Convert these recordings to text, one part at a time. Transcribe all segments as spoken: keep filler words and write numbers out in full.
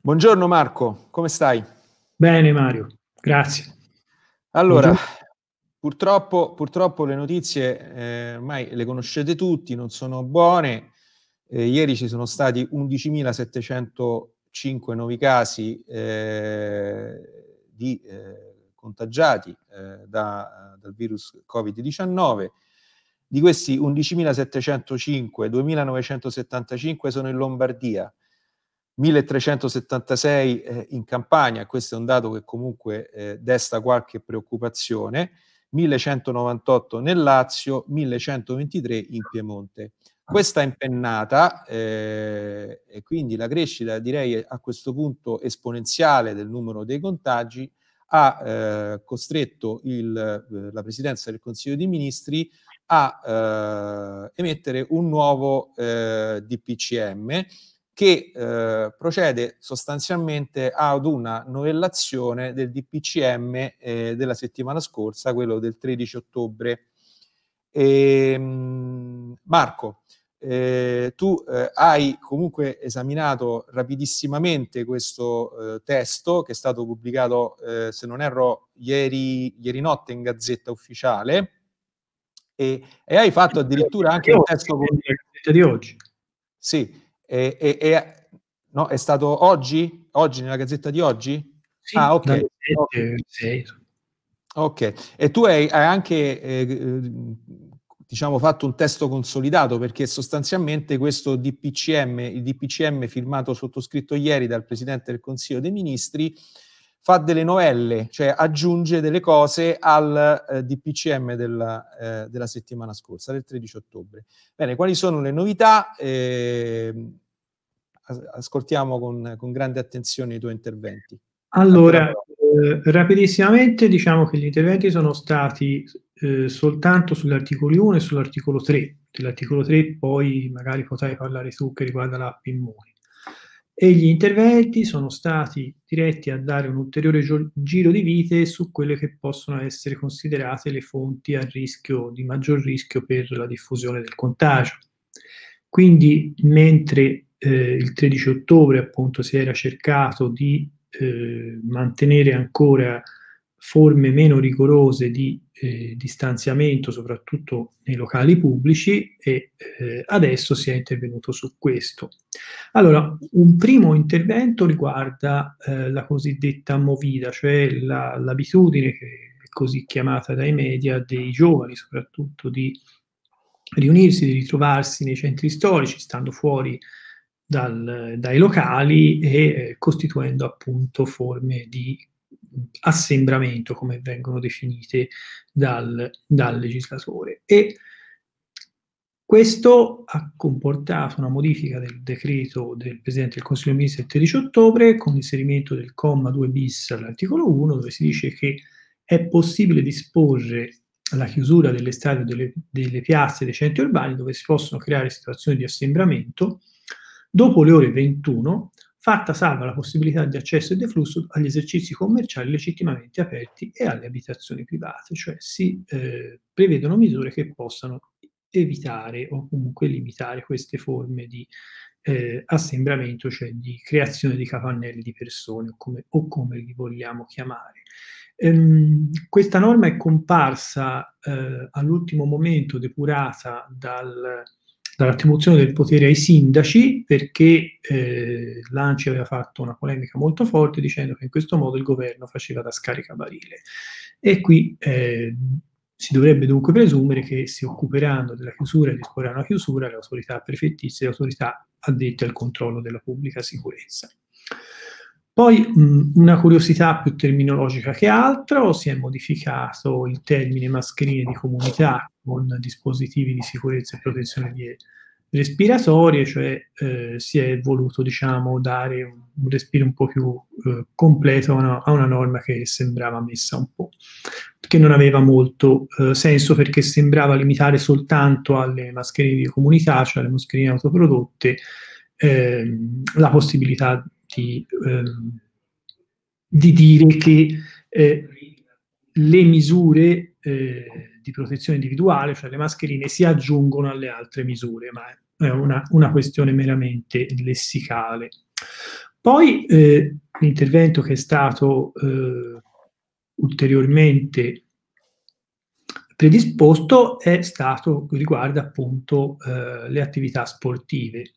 Buongiorno Marco, come stai? Bene Mario, grazie. Allora, Buongiorno. purtroppo, purtroppo le notizie eh, ormai le conoscete tutti, non sono buone. Eh, ieri ci sono stati undicimilasettecentocinque nuovi casi eh, di eh, contagiati eh, da, dal virus covid diciannove. Di questi undicimilasettecentocinque, duemilanovecentosettantacinque sono in Lombardia, milletrecentosettantasei eh, in Campania, questo è un dato che comunque eh, desta qualche preoccupazione, millecentonovantotto nel Lazio, millecentoventitré in Piemonte. Questa impennata eh, e quindi la crescita, direi a questo punto esponenziale del numero dei contagi, ha eh, costretto il, eh, la Presidenza del Consiglio dei Ministri a eh, emettere un nuovo eh, D P C M che eh, procede sostanzialmente ad una novellazione del D P C M eh, della settimana scorsa, quello del tredici ottobre. E, mh, Marco, eh, tu eh, hai comunque esaminato rapidissimamente questo eh, testo che è stato pubblicato, eh, se non erro, ieri, ieri notte in Gazzetta Ufficiale e, e hai fatto addirittura anche un testo... Con... la Gazzetta di oggi. Sì, e, e, e no, è stato oggi? Oggi, nella Gazzetta di oggi? Ah, Sì, ok. dalle sette, sei. Ok, e tu hai, hai anche eh, diciamo fatto un testo consolidato, perché sostanzialmente questo D P C M, il D P C M firmato sottoscritto ieri dal Presidente del Consiglio dei Ministri, fa delle novelle, cioè aggiunge delle cose al eh, D P C M della, eh, della settimana scorsa, del tredici ottobre. Bene, quali sono le novità? Eh, ascoltiamo con, con grande attenzione i tuoi interventi. Allora, eh, rapidissimamente diciamo che gli interventi sono stati eh, soltanto sugli articoli uno e sull'articolo tre. Dell'articolo tre poi magari potrai parlare tu, che riguarda l'app Immuni. E gli interventi sono stati diretti a dare un ulteriore gio- giro di vite su quelle che possono essere considerate le fonti a rischio, di maggior rischio per la diffusione del contagio. Quindi, mentre eh, il tredici ottobre appunto si era cercato di eh, mantenere ancora forme meno rigorose di eh, distanziamento, soprattutto nei locali pubblici, e eh, adesso si è intervenuto su questo. Allora, un primo intervento riguarda eh, la cosiddetta movida, cioè la, l'abitudine, che è così chiamata dai media, dei giovani soprattutto, di riunirsi, di ritrovarsi nei centri storici, stando fuori dal, dai locali e eh, costituendo appunto forme di assembramento, come vengono definite dal, dal legislatore. E questo ha comportato una modifica del decreto del Presidente del Consiglio dei Ministri del tredici ottobre, con l'inserimento del comma due bis all'articolo uno, dove si dice che è possibile disporre la chiusura delle strade, delle, delle piazze, dei centri urbani, dove si possono creare situazioni di assembramento, dopo le ore ventuno, fatta salva la possibilità di accesso e deflusso agli esercizi commerciali legittimamente aperti e alle abitazioni private, cioè si eh, prevedono misure che possano evitare o comunque limitare queste forme di eh, assembramento, cioè di creazione di capannelli di persone o come, o come li vogliamo chiamare. Ehm, questa norma è comparsa eh, all'ultimo momento, depurata dal, dall'attribuzione del potere ai sindaci, perché eh, l'ANCI aveva fatto una polemica molto forte dicendo che in questo modo il governo faceva da scaricabarile. E qui eh, si dovrebbe dunque presumere che si occuperanno della chiusura e disporranno la chiusura le autorità prefettizie e le autorità addette al controllo della pubblica sicurezza. Poi mh, una curiosità più terminologica che altro: si è modificato il termine mascherine di comunità con dispositivi di sicurezza e protezione di respiratorie, cioè eh, si è voluto, diciamo, dare un, un respiro un po' più eh, completo a una, a una norma che sembrava messa un po', che non aveva molto eh, senso, perché sembrava limitare soltanto alle mascherine di comunità, cioè alle mascherine autoprodotte, ehm, la possibilità di, ehm, di dire che eh, le misure eh, di protezione individuale, cioè le mascherine, si aggiungono alle altre misure, ma è una, una questione meramente lessicale. Poi eh, l'intervento che è stato eh, ulteriormente predisposto è stato, riguarda appunto eh, le attività sportive,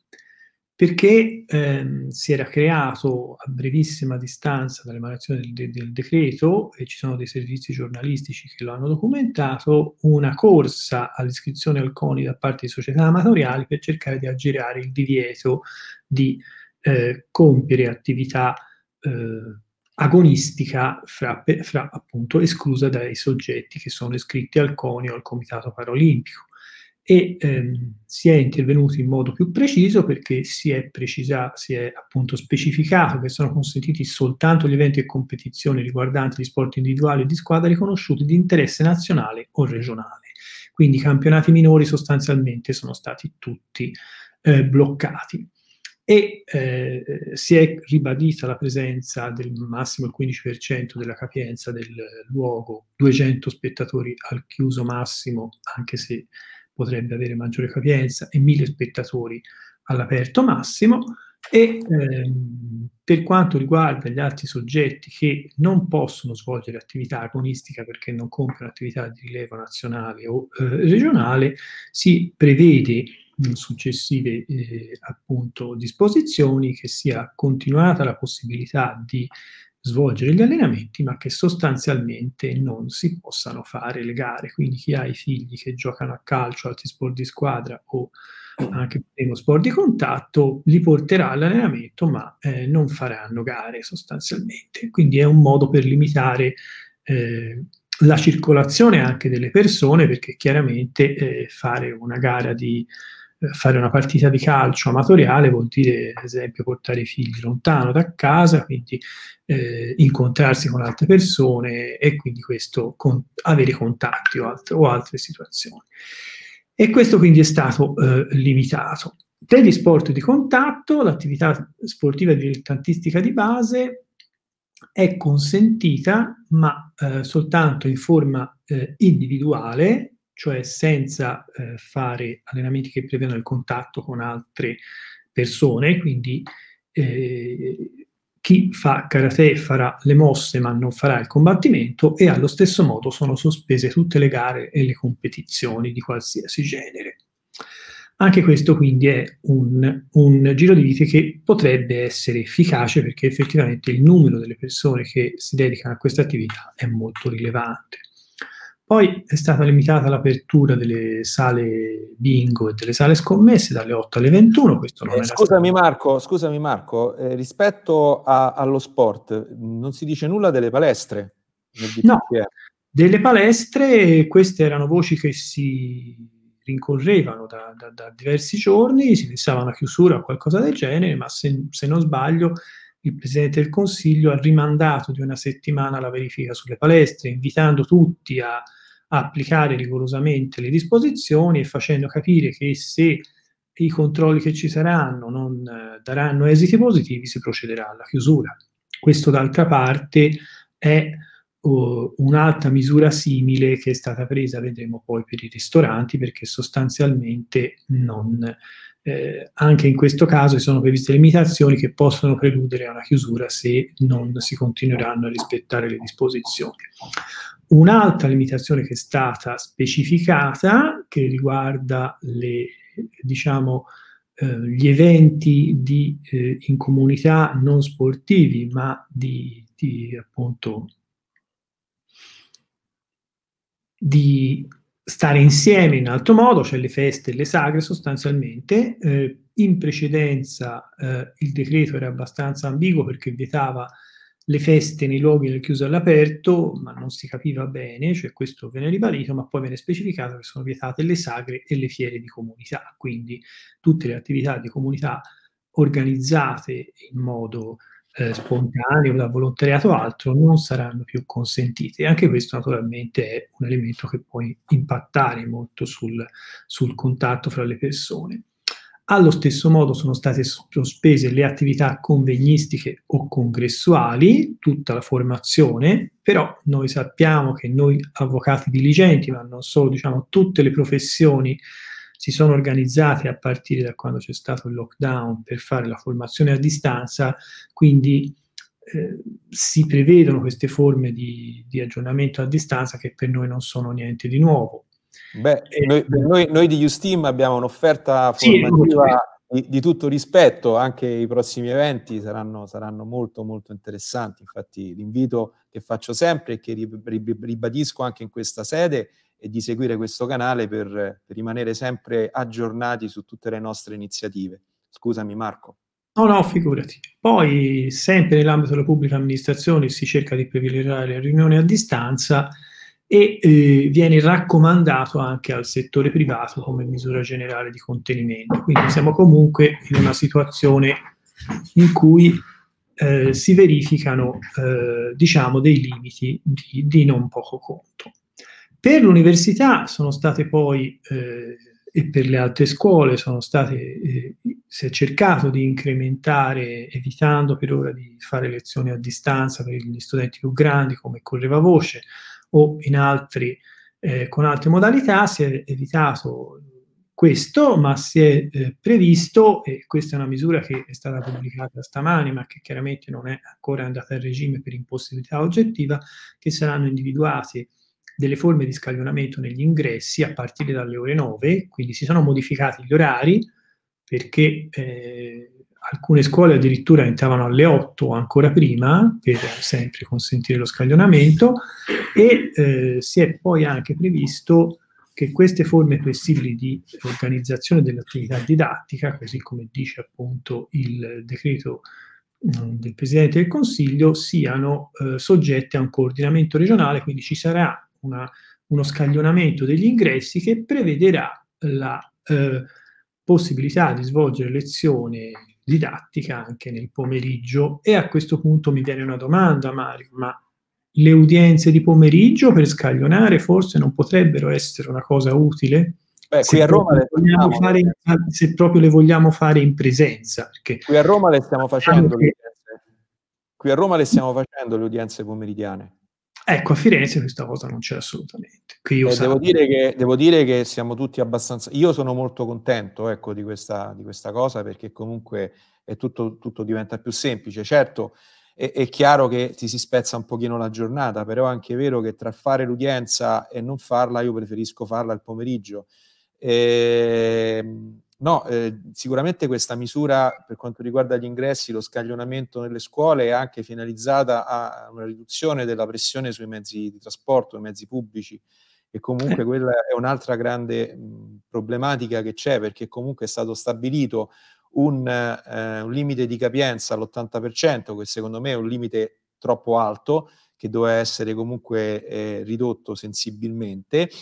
perché ehm, si era creato a brevissima distanza dall'emanazione del, de- del decreto, e ci sono dei servizi giornalistici che lo hanno documentato, una corsa all'iscrizione al CONI da parte di società amatoriali per cercare di aggirare il divieto di eh, compiere attività eh, agonistica fra, fra, appunto esclusa dai soggetti che sono iscritti al CONI o al Comitato Paralimpico. E ehm, si è intervenuti in modo più preciso perché si è, precisa, si è appunto specificato che sono consentiti soltanto gli eventi e competizioni riguardanti gli sport individuali e di squadra riconosciuti di interesse nazionale o regionale. Quindi i campionati minori sostanzialmente sono stati tutti eh, bloccati. E eh, si è ribadita la presenza del massimo il quindici per cento della capienza del luogo, duecento spettatori al chiuso massimo, anche se potrebbe avere maggiore capienza, e mille spettatori all'aperto massimo. E ehm, per quanto riguarda gli altri soggetti che non possono svolgere attività agonistica perché non compiono attività di rilievo nazionale o eh, regionale, si prevede in successive eh, appunto disposizioni che sia continuata la possibilità di svolgere gli allenamenti, ma che sostanzialmente non si possano fare le gare. Quindi chi ha i figli che giocano a calcio, altri sport di squadra o anche primo sport di contatto, li porterà all'allenamento, ma eh, non faranno gare sostanzialmente. Quindi è un modo per limitare eh, la circolazione anche delle persone, perché chiaramente eh, fare una gara di fare una partita di calcio amatoriale vuol dire, ad esempio, portare i figli lontano da casa, quindi eh, incontrarsi con altre persone e quindi questo con, avere contatti o, alt- o altre situazioni. E questo quindi è stato eh, limitato. Per gli sport di contatto, l'attività sportiva dilettantistica di base è consentita, ma eh, soltanto in forma eh, individuale, cioè senza eh, fare allenamenti che prevedono il contatto con altre persone, quindi eh, chi fa karate farà le mosse ma non farà il combattimento, e allo stesso modo sono sospese tutte le gare e le competizioni di qualsiasi genere. Anche questo quindi è un, un giro di vite che potrebbe essere efficace, perché effettivamente il numero delle persone che si dedicano a questa attività è molto rilevante. Poi è stata limitata l'apertura delle sale bingo e delle sale scommesse dalle otto alle ventuno. Questo non Eh, era scusami stato... Marco, scusami Marco, eh, rispetto a- allo sport, non si dice nulla delle palestre nel No, D P C M? delle palestre, queste erano voci che si rincorrevano da, da- da diversi giorni, si pensava a una chiusura o qualcosa del genere, ma se, se non sbaglio il Presidente del Consiglio ha rimandato di una settimana la verifica sulle palestre, invitando tutti a, a applicare rigorosamente le disposizioni e facendo capire che se i controlli che ci saranno non eh, daranno esiti positivi, si procederà alla chiusura. Questo, d'altra parte, è uh, un'altra misura simile che è stata presa, vedremo poi, per i ristoranti, perché sostanzialmente non, eh, anche in questo caso sono previste limitazioni che possono preludere a una chiusura se non si continueranno a rispettare le disposizioni. Un'altra limitazione che è stata specificata, che riguarda le, diciamo, eh, gli eventi di, eh, in comunità non sportivi, ma di, di appunto di stare insieme in altro modo, cioè le feste e le sagre sostanzialmente. Eh, in precedenza eh, il decreto era abbastanza ambiguo perché vietava le feste nei luoghi del chiuso all'aperto, ma non si capiva bene, cioè questo viene ribadito, ma poi viene specificato che sono vietate le sagre e le fiere di comunità, quindi tutte le attività di comunità organizzate in modo eh, spontaneo, da volontariato o altro, non saranno più consentite. E anche questo naturalmente è un elemento che può impattare molto sul, sul contatto fra le persone. Allo stesso modo sono state sospese le attività convegnistiche o congressuali, tutta la formazione, però noi sappiamo che noi avvocati diligenti, ma non solo, diciamo tutte le professioni si sono organizzate a partire da quando c'è stato il lockdown per fare la formazione a distanza, quindi eh, si prevedono queste forme di, di aggiornamento a distanza che per noi non sono niente di nuovo. Beh, E, noi, noi, noi di Usteam abbiamo un'offerta sì, formativa di, di tutto rispetto, anche i prossimi eventi saranno, saranno molto molto interessanti. Infatti l'invito che faccio sempre e che ribadisco anche in questa sede è di seguire questo canale per, per rimanere sempre aggiornati su tutte le nostre iniziative. Scusami Marco. No, no, figurati. Poi, sempre nell'ambito della pubblica amministrazione, si cerca di privilegiare le riunioni a distanza e eh, viene raccomandato anche al settore privato come misura generale di contenimento. Quindi siamo comunque in una situazione in cui eh, si verificano, eh, diciamo, dei limiti di, di non poco conto. Per l'università sono state poi, eh, e per le altre scuole, sono state, eh, si è cercato di incrementare, evitando per ora di fare lezioni a distanza per gli studenti più grandi, come correva voce, o in altri, eh, con altre modalità, si è evitato questo, ma si è eh, previsto, e questa è una misura che è stata pubblicata stamani, ma che chiaramente non è ancora andata a regime per impossibilità oggettiva, che saranno individuati delle forme di scaglionamento negli ingressi a partire dalle ore nove, quindi si sono modificati gli orari perché eh, alcune scuole addirittura entravano alle otto o ancora prima per sempre consentire lo scaglionamento e eh, si è poi anche previsto che queste forme flessibili di organizzazione dell'attività didattica, così come dice appunto il decreto mh, del Presidente del Consiglio, siano eh, soggette a un coordinamento regionale, quindi ci sarà una, uno scaglionamento degli ingressi che prevederà la eh, possibilità di svolgere lezione didattica anche nel pomeriggio. E a questo punto mi viene una domanda, Mario, ma le udienze di pomeriggio per scaglionare forse non potrebbero essere una cosa utile? Beh, qui Se a Roma proprio, le vogliamo facciamo, fare, se proprio le vogliamo fare in presenza, perché qui a Roma le stiamo facendo le che, udienze. Qui a Roma le stiamo facendo le udienze pomeridiane. ecco, a Firenze questa cosa non c'è assolutamente. Qui io E devo sappia. dire che, devo dire che siamo tutti abbastanza. Io sono molto contento, ecco, di questa, di questa cosa perché comunque è tutto, tutto diventa più semplice. Certo, è, è chiaro che ti si spezza un pochino la giornata, però è anche vero che tra fare l'udienza e non farla, io preferisco farla al pomeriggio. E, no, eh, sicuramente questa misura per quanto riguarda gli ingressi, lo scaglionamento nelle scuole è anche finalizzata a una riduzione della pressione sui mezzi di trasporto, i mezzi pubblici. E comunque Eh, quella è un'altra grande mh, problematica che c'è, perché comunque è stato stabilito un, eh, un limite di capienza all'ottanta per cento, che secondo me è un limite troppo alto, che doveva essere comunque eh, ridotto sensibilmente,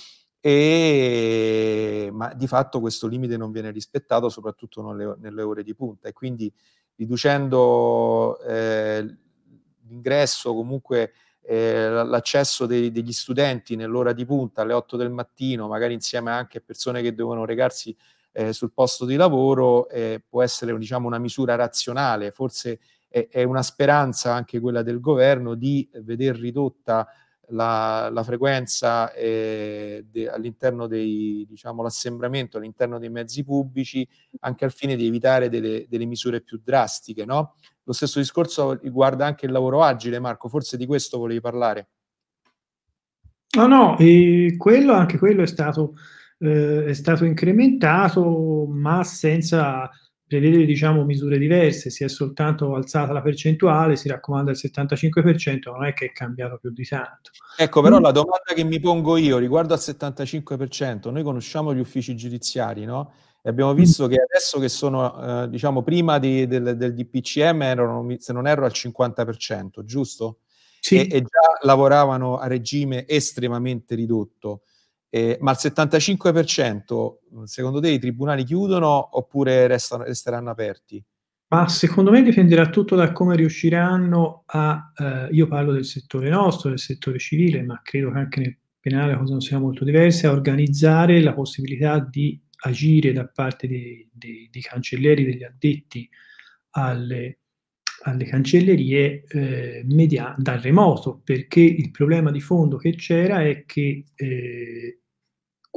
e, ma di fatto questo limite non viene rispettato, soprattutto nelle, nelle ore di punta, e quindi riducendo eh, l'ingresso, comunque eh, l'accesso dei, degli studenti nell'ora di punta alle otto del mattino, magari insieme anche a persone che devono recarsi eh, sul posto di lavoro, eh, può essere, diciamo, una misura razionale. Forse è, è una speranza anche quella del governo di veder ridotta la, la frequenza eh, de, all'interno dei, diciamo, l'assembramento all'interno dei mezzi pubblici, anche al fine di evitare delle, delle misure più drastiche, no? Lo stesso discorso riguarda anche il lavoro agile, Marco, forse di questo volevi parlare. No, no, e quello, anche quello è stato, eh, è stato incrementato, ma senza prevedere, diciamo, misure diverse. Si è soltanto alzata la percentuale, si raccomanda il settantacinque per cento, non è che è cambiato più di tanto. Ecco, però Mm. la domanda che mi pongo io riguardo al settantacinque per cento, noi conosciamo gli uffici giudiziari, no? E abbiamo Mm. visto che adesso che sono, eh, diciamo, prima di, del, del D P C M erano, se non erro, al cinquanta per cento, giusto? E, Sì, e già lavoravano a regime estremamente ridotto. Eh, ma al settantacinque per cento, secondo te i tribunali chiudono oppure restano, resteranno aperti? ma secondo me dipenderà tutto da come riusciranno a, eh, io parlo del settore nostro, del settore civile, ma credo che anche nel penale la cosa non sia molto diversa, a organizzare la possibilità di agire da parte dei, dei- dei cancellieri, degli addetti alle, alle cancellerie eh, media- dal remoto, perché il problema di fondo che c'era è che eh,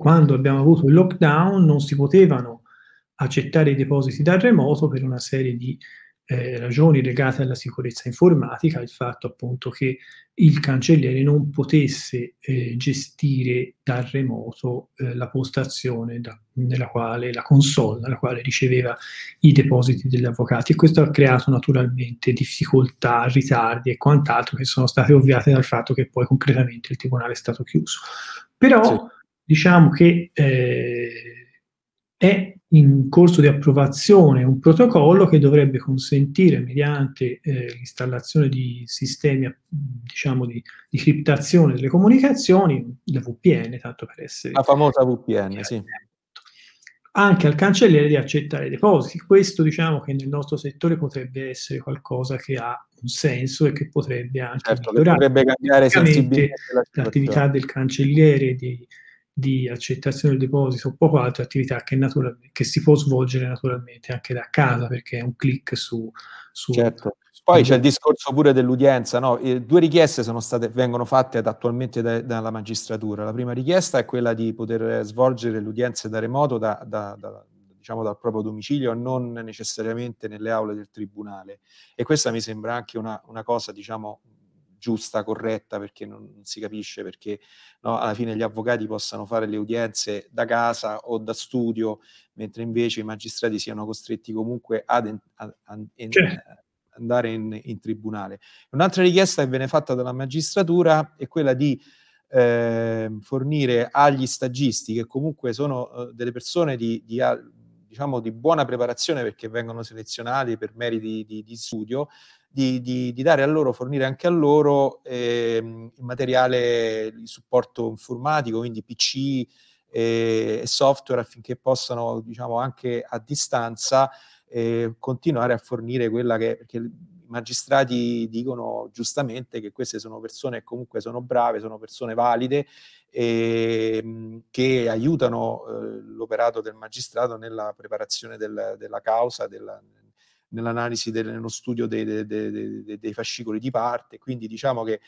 quando abbiamo avuto il lockdown non si potevano accettare i depositi da remoto per una serie di eh, ragioni legate alla sicurezza informatica, il fatto appunto che il cancelliere non potesse eh, gestire da remoto eh, la postazione da, nella quale, la console, nella quale riceveva i depositi degli avvocati, e questo ha creato naturalmente difficoltà, ritardi e quant'altro che sono state ovviate dal fatto che poi concretamente il tribunale è stato chiuso. Sì. Però diciamo che eh, è in corso di approvazione un protocollo che dovrebbe consentire, mediante eh, l'installazione di sistemi, diciamo, di, di criptazione delle comunicazioni, le V P N, tanto per essere La famosa V P N, chiari, sì. anche al cancelliere di accettare i depositi. Questo, diciamo, che nel nostro settore potrebbe essere qualcosa che ha un senso e che potrebbe anche Certo, che migliorare. potrebbe cambiare Ovviamente sensibilmente la situazione. l'attività del cancelliere di, di accettazione del deposito o poco altre attività che, che si può svolgere naturalmente anche da casa, perché è un click su, su, Certo. Poi c'è su il discorso pure dell'udienza, no? E due richieste sono state, vengono fatte attualmente da, dalla magistratura. La prima richiesta è quella di poter svolgere le udienze da remoto, da, da, da, diciamo dal proprio domicilio, non necessariamente nelle aule del tribunale. E questa mi sembra anche una, una cosa, diciamo, giusta, corretta, perché non, non si capisce perché, no, alla fine gli avvocati possano fare le udienze da casa o da studio, mentre invece i magistrati siano costretti comunque ad, en, ad, ad en, cioè, andare in, in tribunale. Un'altra richiesta che viene fatta dalla magistratura è quella di eh, fornire agli stagisti, che comunque sono eh, delle persone di, di, diciamo, di buona preparazione, perché vengono selezionati per meriti di, di studio, di, di, di dare a loro, fornire anche a loro eh, il materiale di supporto informatico, quindi P C e software, affinché possano, diciamo, anche a distanza eh, continuare a fornire quella che, perché i magistrati dicono giustamente che queste sono persone che comunque sono brave, sono persone valide, e, che aiutano eh, l'operato del magistrato nella preparazione del, della causa, della, nell'analisi, del, nello studio dei, dei, dei, dei fascicoli di parte. Quindi diciamo che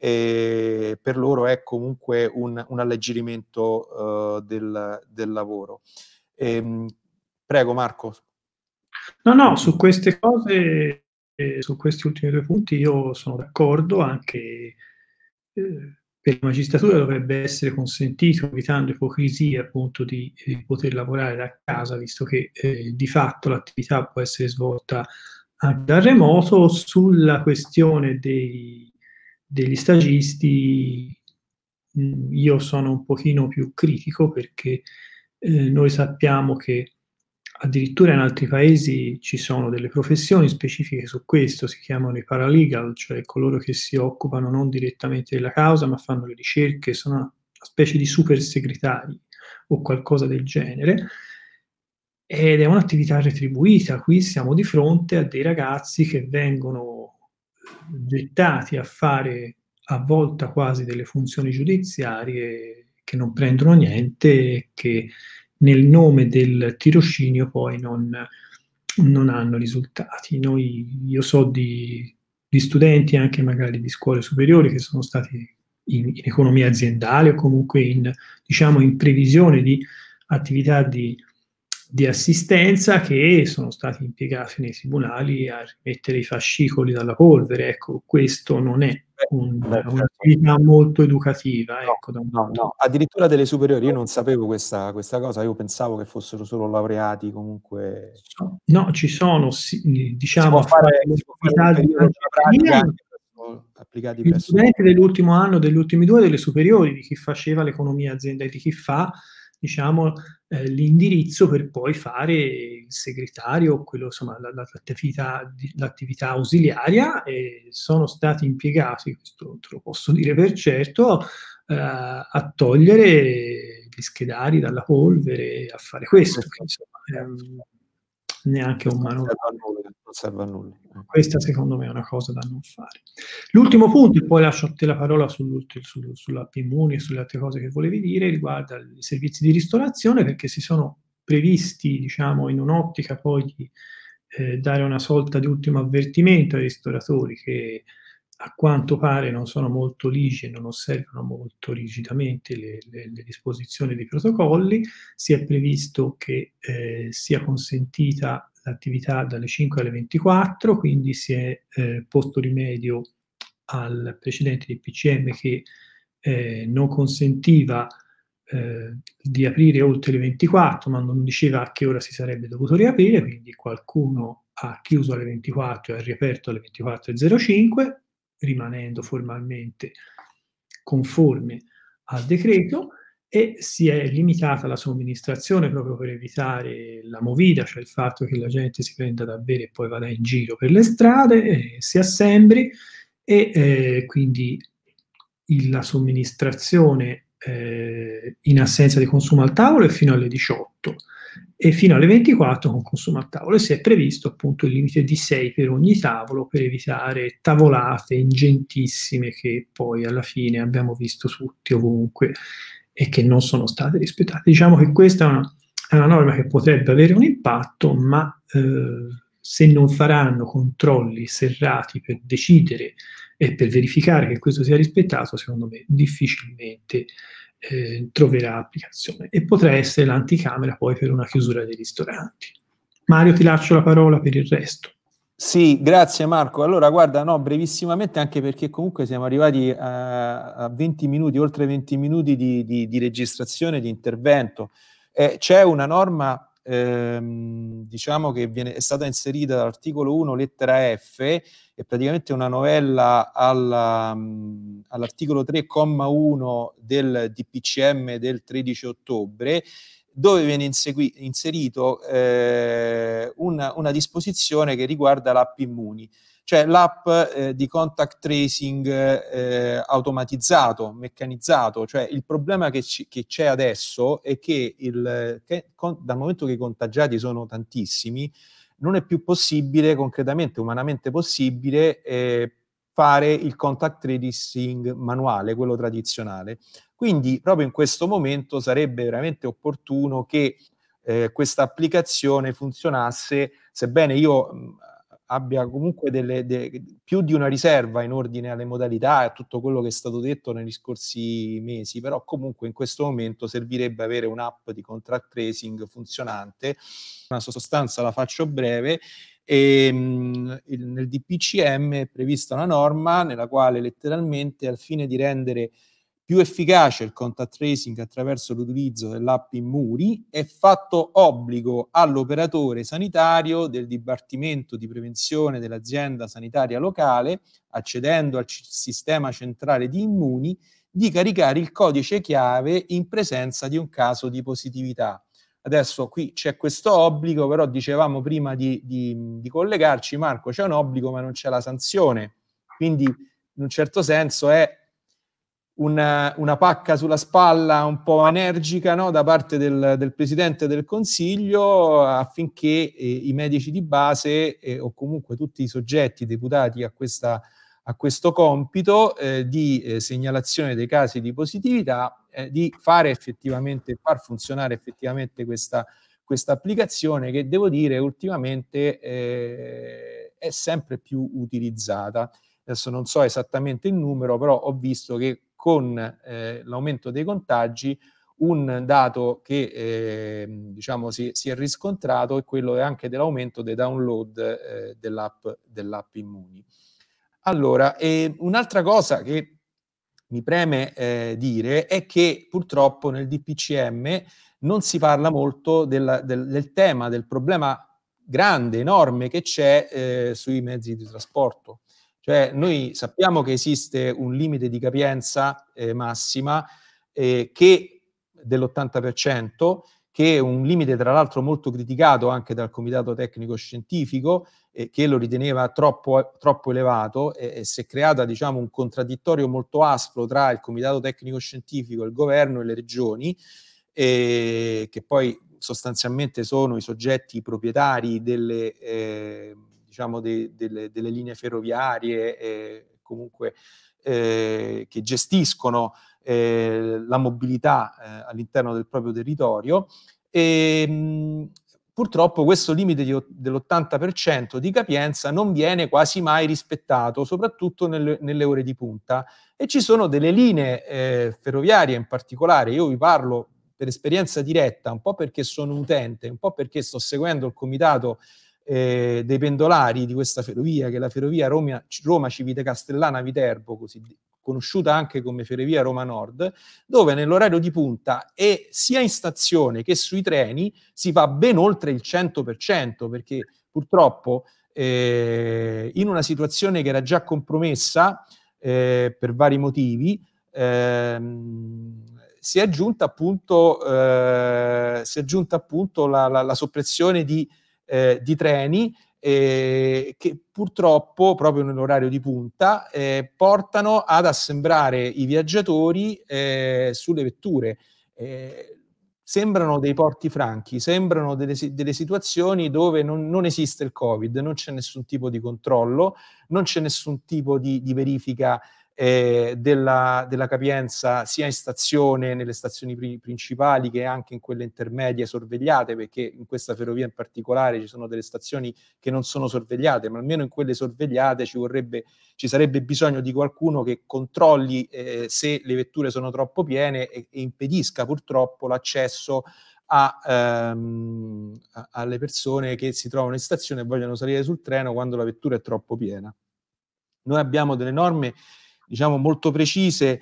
eh, per loro è comunque un, un alleggerimento uh, del, del lavoro. E, prego Marco. no, no, su queste cose, eh, su questi ultimi due punti io sono d'accordo, anche eh, per la magistratura dovrebbe essere consentito, evitando ipocrisie, appunto, di, di poter lavorare da casa, visto che eh, di fatto l'attività può essere svolta anche da remoto. Sulla questione dei, degli stagisti, mh, io sono un pochino più critico, perché eh, noi sappiamo che addirittura in altri paesi ci sono delle professioni specifiche su questo, si chiamano i paralegal, cioè coloro che si occupano non direttamente della causa, ma fanno le ricerche, sono una specie di super segretari o qualcosa del genere, ed è un'attività retribuita. Qui siamo di fronte a dei ragazzi che vengono gettati a fare a volta quasi delle funzioni giudiziarie, che non prendono niente e che nel nome del tirocinio poi non, non hanno risultati. Noi, io so di, di studenti anche magari di scuole superiori che sono stati in, in economia aziendale o comunque in, diciamo, in previsione di attività di, di assistenza, che sono stati impiegati nei tribunali a rimettere i fascicoli dalla polvere. Ecco, questo non è un, Beh, certo. un'attività molto educativa. No, Ecco, da un no, punto no, addirittura delle superiori, io non sapevo questa, questa cosa, io pensavo che fossero solo laureati comunque. No, ci sono, sì, Si diciamo, può a fare fare, si può fare un l'attività di periodo della pratica cancelleria, anche presso, applicati gli presso. studenti dell'ultimo anno, degli ultimi due delle superiori, di chi faceva l'economia aziendale, di chi fa, diciamo, eh, l'indirizzo per poi fare il segretario, quello, insomma, la- la- l'attività, di- l'attività ausiliaria, e sono stati impiegati, questo te lo posso dire per certo, eh, a togliere gli schedari dalla polvere, a fare questo, che Questo, insomma è certo, un- certo. neanche un Questo non serve a manovale. nulla, non serve a nulla. Eh. Questa secondo me è una cosa da non fare. L'ultimo punto, e poi lascio a te la parola sul, sul, sulla Pimuni e sulle altre cose che volevi dire, riguarda i servizi di ristorazione, perché si sono previsti, diciamo, in un'ottica poi di eh, dare una sorta di ultimo avvertimento ai ristoratori che a quanto pare non sono molto ligi e non osservano molto rigidamente le, le, le disposizioni dei protocolli. Si è previsto che eh, sia consentita l'attività dalle cinque alle ventiquattro, quindi si è eh, posto rimedio al precedente D P C M che eh, non consentiva eh, di aprire oltre le ventiquattro, ma non diceva a che ora si sarebbe dovuto riaprire, quindi qualcuno ha chiuso alle ventiquattro e ha riaperto alle ventiquattro e zero cinque, rimanendo formalmente conforme al decreto, e si è limitata la somministrazione proprio per evitare la movida, cioè il fatto che la gente si prenda da bere e poi vada in giro per le strade, e si assembri, e eh, quindi il- la somministrazione eh, in assenza di consumo al tavolo è fino alle diciotto e fino alle ventiquattro con consumo al tavolo, e si è previsto appunto il limite di sei per ogni tavolo per evitare tavolate ingentissime che poi alla fine abbiamo visto tutti ovunque e che non sono state rispettate. Diciamo che questa è una, è una norma che potrebbe avere un impatto, ma eh, se non faranno controlli serrati per decidere e per verificare che questo sia rispettato, secondo me difficilmente eh, troverà applicazione, e potrà essere l'anticamera poi per una chiusura dei ristoranti. Mario, ti lascio la parola per il resto. Sì, grazie Marco. Allora, guarda, no, brevissimamente, anche perché comunque siamo arrivati a, a venti minuti, oltre venti minuti di, di, di registrazione, di intervento. Eh, c'è una norma, ehm, diciamo, che viene, è stata inserita dall'articolo uno, lettera F, è praticamente una novella alla, mh, all'articolo tre, comma uno del D P C M del tredici ottobre, dove viene insegui- inserito eh, una, una disposizione che riguarda l'app Immuni, cioè l'app eh, di contact tracing eh, automatizzato, meccanizzato. Cioè il problema che, ci, che c'è adesso è che, il, che con, dal momento che i contagiati sono tantissimi, non è più possibile, concretamente, umanamente possibile, eh, fare il contact tracing manuale, quello tradizionale. Quindi proprio in questo momento sarebbe veramente opportuno che eh, questa applicazione funzionasse, sebbene io mh, abbia comunque delle, de, più di una riserva in ordine alle modalità e a tutto quello che è stato detto negli scorsi mesi, però comunque in questo momento servirebbe avere un'app di contract tracing funzionante. Una sostanza la faccio breve. E, mh, il, nel D P C M è prevista una norma nella quale letteralmente, al fine di rendere più efficace il contact tracing attraverso l'utilizzo dell'app Immuni, è fatto obbligo all'operatore sanitario del Dipartimento di Prevenzione dell'azienda sanitaria locale, accedendo al c- sistema centrale di Immuni, di caricare il codice chiave in presenza di un caso di positività. Adesso qui c'è questo obbligo, però dicevamo prima di, di, di collegarci, Marco, c'è un obbligo ma non c'è la sanzione. Quindi in un certo senso è una, una pacca sulla spalla un po' energica, no, da parte del, del Presidente del Consiglio, affinché eh, i medici di base eh, o comunque tutti i soggetti deputati a, questa, a questo compito eh, di eh, segnalazione dei casi di positività, eh, di fare effettivamente, far funzionare effettivamente questa, questa applicazione, che devo dire ultimamente eh, è sempre più utilizzata. Adesso non so esattamente il numero, però ho visto che con eh, l'aumento dei contagi un dato che eh, diciamo si, si è riscontrato è quello anche dell'aumento dei download eh, dell'app, dell'app Immuni. Allora, eh, un'altra cosa che mi preme eh, dire è che purtroppo nel D P C M non si parla molto del, del, del tema, del problema grande, enorme che c'è eh, sui mezzi di trasporto. Cioè, noi sappiamo che esiste un limite di capienza eh, massima eh, che dell'ottanta per cento, che è un limite tra l'altro molto criticato anche dal Comitato Tecnico Scientifico, eh, che lo riteneva troppo, troppo elevato, e, e si è creata, diciamo, un contraddittorio molto aspro tra il Comitato Tecnico Scientifico, il governo e le regioni, eh, che poi sostanzialmente sono i soggetti proprietari delle, eh, diciamo de, delle, delle linee ferroviarie, eh, comunque eh, che gestiscono eh, la mobilità eh, all'interno del proprio territorio. E, mh, purtroppo questo limite di, dell'ottanta per cento di capienza non viene quasi mai rispettato, soprattutto nelle, nelle ore di punta. E ci sono delle linee eh, ferroviarie in particolare, io vi parlo per esperienza diretta, un po' perché sono utente, un po' perché sto seguendo il comitato eh, dei pendolari di questa ferrovia, che è la ferrovia Roma, Roma Civitacastellana Viterbo, così conosciuta anche come ferrovia Roma Nord, dove nell'orario di punta e sia in stazione che sui treni si va ben oltre il cento per cento, perché purtroppo eh, in una situazione che era già compromessa eh, per vari motivi, ehm, si è aggiunta appunto, eh, si è aggiunta appunto la, la, la soppressione di, eh, di treni eh, che purtroppo proprio nell'orario di punta eh, portano ad assembrare i viaggiatori eh, sulle vetture. Eh, sembrano dei porti franchi, sembrano delle, delle situazioni dove non, non esiste il Covid, non c'è nessun tipo di controllo, non c'è nessun tipo di, di verifica eh, della, della capienza sia in stazione, nelle stazioni pri- principali, che anche in quelle intermedie sorvegliate, perché in questa ferrovia in particolare ci sono delle stazioni che non sono sorvegliate, ma almeno in quelle sorvegliate ci vorrebbe, ci sarebbe bisogno di qualcuno che controlli eh, se le vetture sono troppo piene e, e impedisca purtroppo l'accesso a, ehm, a, alle persone che si trovano in stazione e vogliono salire sul treno quando la vettura è troppo piena. Noi abbiamo delle norme, diciamo, molto precise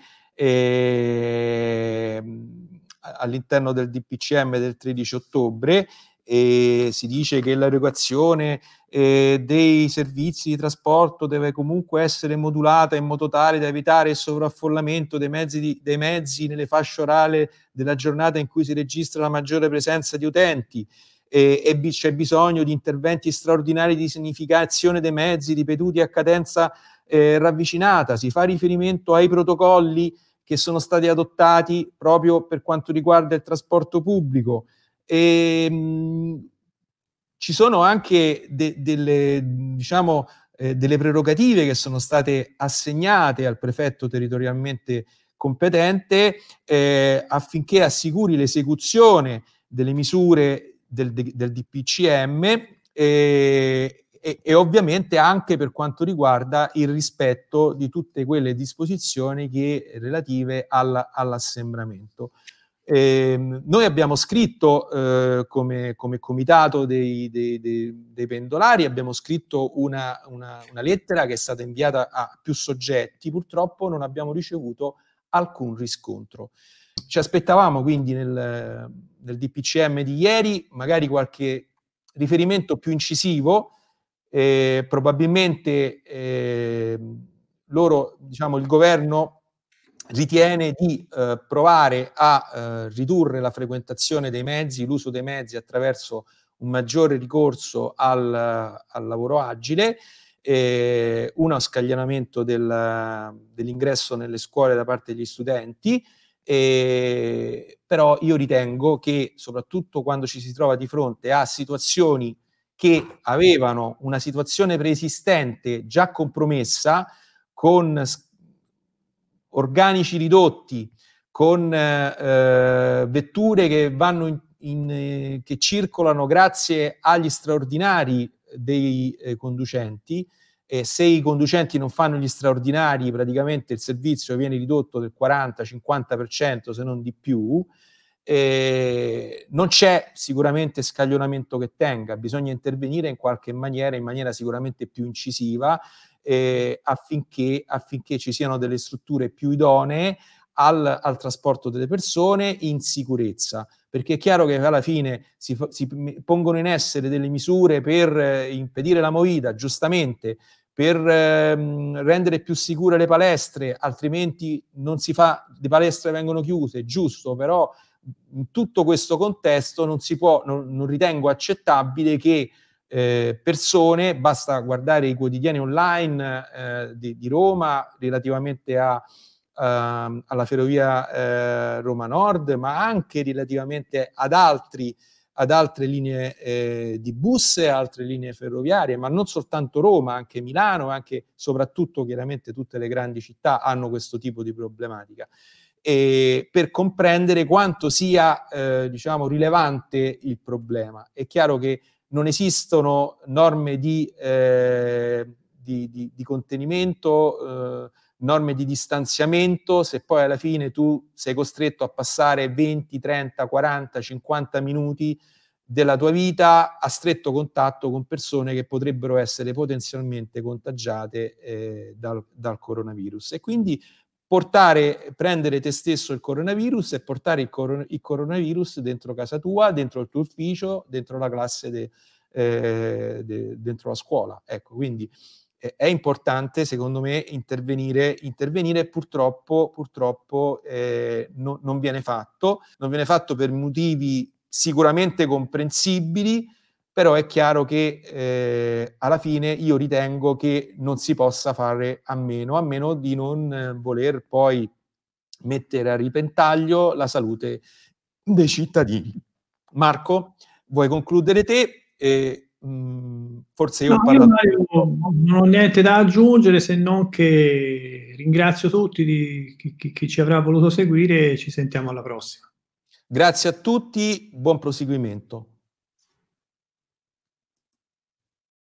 eh, all'interno del D P C M del tredici ottobre, e si dice che l'erogazione eh, dei servizi di trasporto deve comunque essere modulata in modo tale da evitare il sovraffollamento dei mezzi, di, dei mezzi nelle fasce orari della giornata in cui si registra la maggiore presenza di utenti. E, e c'è bisogno di interventi straordinari di significazione dei mezzi ripetuti a cadenza eh, ravvicinata. Si fa riferimento ai protocolli che sono stati adottati proprio per quanto riguarda il trasporto pubblico. E, mh, ci sono anche de, delle, diciamo, eh, delle prerogative che sono state assegnate al prefetto territorialmente competente eh, affinché assicuri l'esecuzione delle misure del, del D P C M eh, e, e ovviamente anche per quanto riguarda il rispetto di tutte quelle disposizioni che relative alla, all'assembramento. Eh, noi abbiamo scritto eh, come, come comitato dei, dei, dei, dei pendolari, abbiamo scritto una, una, una lettera che è stata inviata a più soggetti, purtroppo non abbiamo ricevuto alcun riscontro. Ci aspettavamo quindi nel, nel D P C M di ieri magari qualche riferimento più incisivo, eh, probabilmente eh, loro, diciamo, il governo ritiene di eh, provare a eh, ridurre la frequentazione dei mezzi, l'uso dei mezzi attraverso un maggiore ricorso al, al lavoro agile, eh, uno scagliamento del, dell'ingresso nelle scuole da parte degli studenti, eh, però io ritengo che soprattutto quando ci si trova di fronte a situazioni che avevano una situazione preesistente già compromessa, con organici ridotti, con eh, vetture che vanno in, in, eh, che circolano grazie agli straordinari dei eh, conducenti, e se i conducenti non fanno gli straordinari praticamente il servizio viene ridotto del quaranta cinquanta per cento se non di più. Eh, non c'è sicuramente scaglionamento che tenga, bisogna intervenire in qualche maniera, in maniera sicuramente più incisiva, eh, affinché, affinché ci siano delle strutture più idonee al, al trasporto delle persone in sicurezza, perché è chiaro che alla fine si, si pongono in essere delle misure per eh, impedire la movida, giustamente, per ehm, rendere più sicure le palestre, altrimenti non si fa, le palestre vengono chiuse, giusto, però in tutto questo contesto non si può, non, non ritengo accettabile che eh, persone, basta guardare i quotidiani online eh, di, di Roma relativamente a, uh, alla ferrovia eh, Roma Nord, ma anche relativamente ad altri ad altre linee eh, di bus e altre linee ferroviarie, ma non soltanto Roma, anche Milano, anche soprattutto chiaramente tutte le grandi città hanno questo tipo di problematica. e per comprendere quanto sia eh, diciamo rilevante il problema. È chiaro che non esistono norme di, eh, di, di, di contenimento, eh, norme di distanziamento, se poi alla fine tu sei costretto a passare venti, trenta, quaranta, cinquanta minuti della tua vita a stretto contatto con persone che potrebbero essere potenzialmente contagiate eh, dal, dal coronavirus. E quindi portare, prendere te stesso il coronavirus e portare il, cor- il coronavirus dentro casa tua, dentro il tuo ufficio, dentro la classe, de, eh, de, dentro la scuola. Ecco, quindi eh, è importante, secondo me, intervenire, intervenire purtroppo, purtroppo eh, no, non viene fatto, non viene fatto per motivi sicuramente comprensibili, però è chiaro che eh, alla fine io ritengo che non si possa fare a meno, a meno di non eh, voler poi mettere a ripentaglio la salute dei cittadini. Marco, vuoi concludere te? E, mh, forse io No, ho io parlato Mario troppo. non ho niente da aggiungere se non che ringrazio tutti di chi, chi- chi ci avrà voluto seguire e ci sentiamo alla prossima. Grazie a tutti, buon proseguimento.